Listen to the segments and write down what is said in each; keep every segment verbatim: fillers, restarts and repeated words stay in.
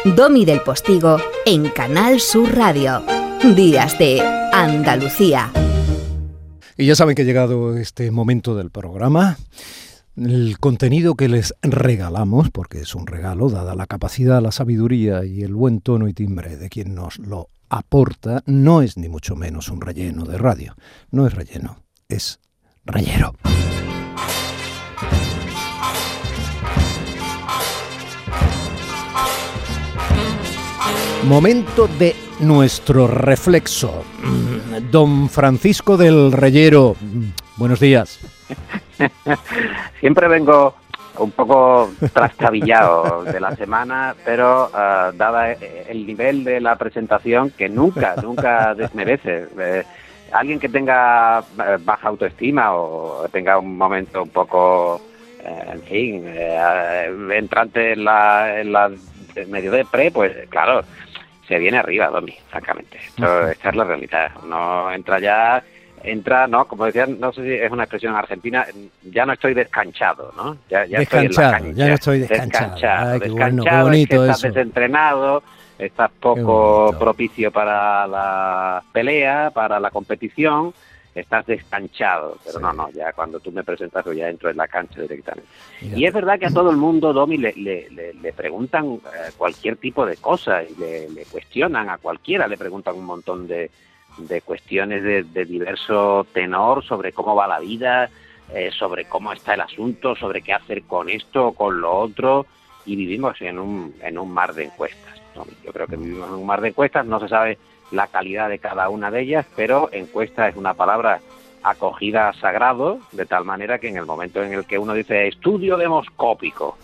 Domi del Postigo en Canal Sur Radio. Días de Andalucía. Y ya saben que ha llegado este momento del programa. El contenido que les regalamos, porque es un regalo, dada la capacidad, la sabiduría y el buen tono y timbre de quien nos lo aporta, no es ni mucho menos un relleno de radio. No es relleno, es rellero. Momento de nuestro reflexo. Don Francisco del Reyero, buenos días. Siempre vengo un poco trastabillado de la semana, pero uh, dada el nivel de la presentación, que nunca, nunca desmerece. Eh, alguien que tenga baja autoestima o tenga un momento un poco, eh, en fin, eh, entrante en la, en la medio de pre, pues claro, se viene arriba, Domi, francamente. Esto, esta es la realidad. Uno entra ya... Entra, ¿no? Como decían, no sé si es una expresión en argentina, ya no estoy descanchado, ¿no? Ya, ya descanchado, estoy en la cancha, ya no estoy descanchado. Descanchado, Ay, qué descanchado, bueno, qué bonito es que estás eso. Desentrenado, estás poco propicio para la pelea, para la competición, estás descanchado. Pero sí. no, no, ya cuando tú me presentas, pues ya entro en la cancha directamente. Mira. Y es verdad que a todo el mundo, Domi, le, le, le, le preguntan eh, cualquier tipo de cosa y le, le cuestionan, a cualquiera le preguntan un montón de... de cuestiones de, de diverso tenor sobre cómo va la vida, eh, sobre cómo está el asunto, sobre qué hacer con esto o con lo otro, y vivimos en un en un mar de encuestas, ¿no? Yo creo que vivimos en un mar de encuestas, no se sabe la calidad de cada una de ellas, pero encuesta es una palabra acogida a sagrado, de tal manera que en el momento en el que uno dice estudio demoscópico,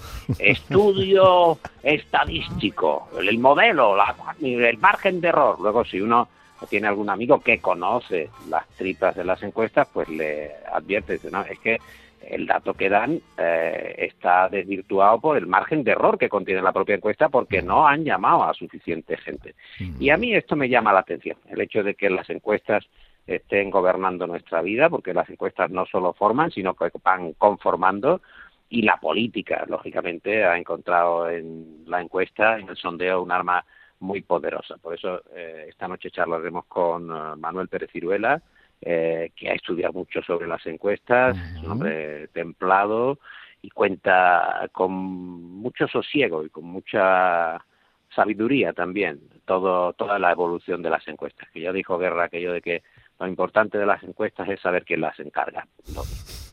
estudio estadístico, el modelo, la, el margen de error, luego si uno tiene algún amigo que conoce las tripas de las encuestas, pues le advierte, dice, no, es que el dato que dan eh, está desvirtuado por el margen de error que contiene la propia encuesta, porque no han llamado a suficiente gente. Y a mí esto me llama la atención, el hecho de que las encuestas estén gobernando nuestra vida, porque las encuestas no solo forman, sino que van conformando, y la política, lógicamente, ha encontrado en la encuesta, en el sondeo, un arma muy poderosa. Por eso eh, esta noche charlaremos con uh, Manuel Pérez Ciruela, eh, que ha estudiado mucho sobre las encuestas, uh-huh. Es un hombre templado y cuenta con mucho sosiego y con mucha sabiduría también todo toda la evolución de las encuestas. Que ya dijo Guerra aquello de que lo importante de las encuestas es saber quién las encarga. No.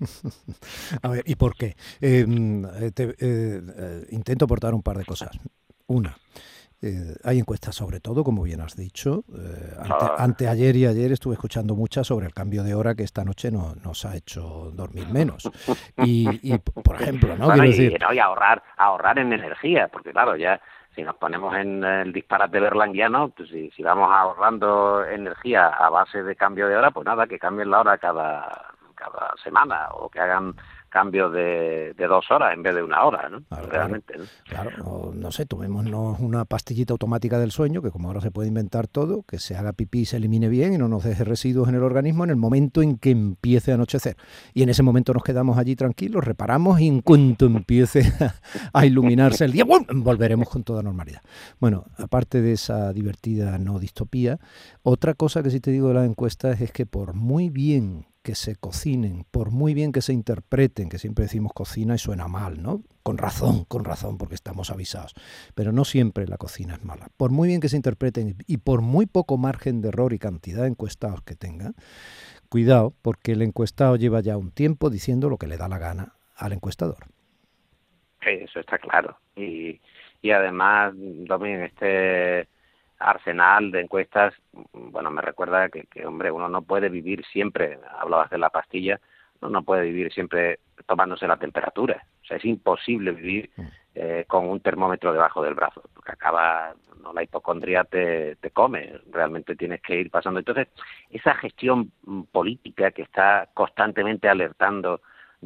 A ver, ¿y por qué? Eh, te, eh, eh, intento aportar un par de cosas. Una, Eh, hay encuestas sobre todo, como bien has dicho. Eh, ante, ah. anteayer y ayer estuve escuchando muchas sobre el cambio de hora que esta noche no, nos ha hecho dormir menos. Y, y por ejemplo, ¿no? Bueno, Quiero y, decir... no, y ahorrar, ahorrar en energía, porque claro, ya si nos ponemos en el disparate berlanguiano, pues si, si vamos ahorrando energía a base de cambio de hora, pues nada, que cambien la hora cada, cada semana o que hagan cambios de, de dos horas en vez de una hora, ¿no? Claro, Realmente, claro, ¿no? Claro, no, no sé, tomémonos una pastillita automática del sueño, que como ahora se puede inventar todo, que se haga pipí y se elimine bien y no nos deje residuos en el organismo en el momento en que empiece a anochecer. Y en ese momento nos quedamos allí tranquilos, reparamos y en cuanto empiece a, a iluminarse el día, ¡bum!, volveremos con toda normalidad. Bueno, aparte de esa divertida no distopía, otra cosa que sí te digo de las encuestas es que por muy bien que se cocinen, por muy bien que se interpreten, que siempre decimos cocina y suena mal, ¿no? Con razón, con razón, porque estamos avisados. Pero no siempre la cocina es mala. Por muy bien que se interpreten y por muy poco margen de error y cantidad de encuestados que tengan, cuidado, porque el encuestado lleva ya un tiempo diciendo lo que le da la gana al encuestador. Sí, eso está claro. Y, y además, Domín, este arsenal de encuestas, bueno, me recuerda que, que, hombre, uno no puede vivir siempre, hablabas de la pastilla, uno no puede vivir siempre tomándose la temperatura. O sea, es imposible vivir eh, con un termómetro debajo del brazo, porque acaba, no, la hipocondría te, te come, realmente tienes que ir pasando. Entonces, esa gestión política que está constantemente alertando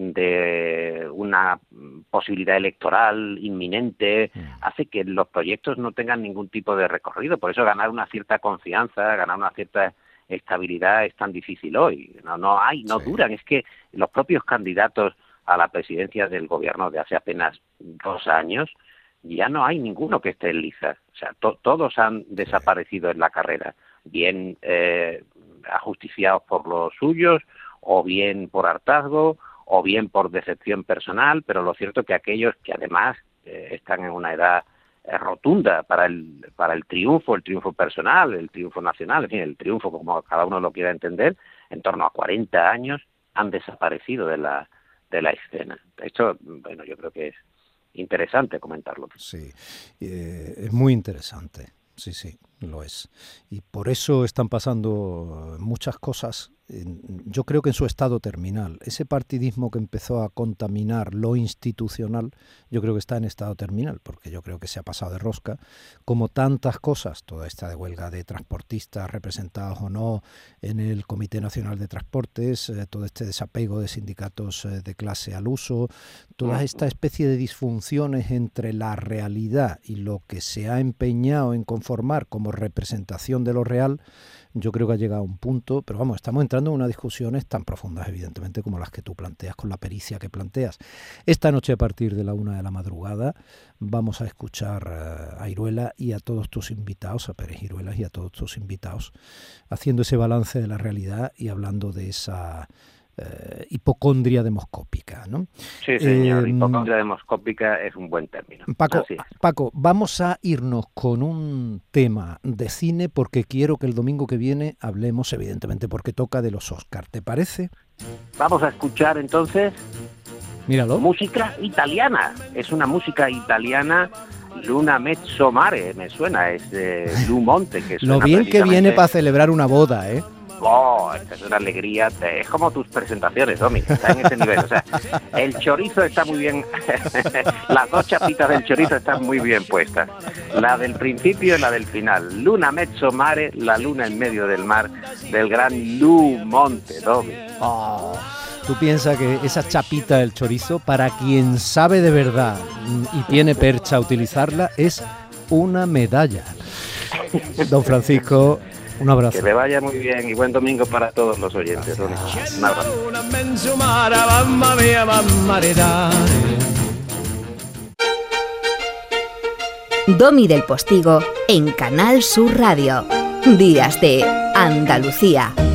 de una posibilidad electoral inminente, hace que los proyectos no tengan ningún tipo de recorrido. Por eso ganar una cierta confianza, ganar una cierta estabilidad es tan difícil hoy. No, no hay, no sí. duran. Es que los propios candidatos a la presidencia del gobierno de hace apenas dos años ya no hay ninguno que esté en liza. O sea, to- todos han desaparecido en la carrera, bien eh, ajusticiados por los suyos, o bien por hartazgo, o bien por decepción personal, pero lo cierto es que aquellos que además eh, están en una edad eh, rotunda para el para el triunfo, el triunfo personal, el triunfo nacional, en fin, el triunfo como cada uno lo quiera entender, en torno a cuarenta años han desaparecido de la de la escena. Esto, bueno, yo creo que es interesante comentarlo. Sí, eh, es muy interesante, sí, sí, lo es. Y por eso están pasando muchas cosas, yo creo que en su estado terminal. Ese partidismo que empezó a contaminar lo institucional, yo creo que está en estado terminal, porque yo creo que se ha pasado de rosca, como tantas cosas, toda esta de huelga de transportistas representados o no en el Comité Nacional de Transportes, eh, todo este desapego de sindicatos eh, de clase al uso, toda esta especie de disfunciones entre la realidad y lo que se ha empeñado en conformar como representación de lo real, yo creo que ha llegado a un punto, pero vamos, estamos entrando en unas discusiones tan profundas, evidentemente, como las que tú planteas, con la pericia que planteas. Esta noche, a partir de la una de la madrugada, vamos a escuchar a Iruela y a todos tus invitados, a Pérez Iruelas y a todos tus invitados, haciendo ese balance de la realidad y hablando de esa eh, hipocondria demoscópica, ¿no? Sí, señor, eh, hipocondria demoscópica es un buen término. Paco, Paco, vamos a irnos con un tema de cine porque quiero que el domingo que viene hablemos, evidentemente, porque toca de los Oscar. ¿Te parece? Vamos a escuchar entonces Míralo. música italiana. Es una música italiana, Luna Mezzo Mare, me suena, es de Lu Monte. Que Lo bien que viene para celebrar una boda, ¿eh? Oh, esta es una alegría, es como tus presentaciones, Domi, está en ese nivel, o sea, el chorizo está muy bien, las dos chapitas del chorizo están muy bien puestas, la del principio y la del final, Luna Mezzo Mare, la luna en medio del mar, del gran Lu Monte, Domi. Oh, tú piensas que esa chapita del chorizo, para quien sabe de verdad y tiene percha a utilizarla, es una medalla. Don Francisco, un abrazo. Que le vaya muy bien y buen domingo para todos los oyentes. Un abrazo. Domi del Postigo en Canal Sur Radio. Días de Andalucía.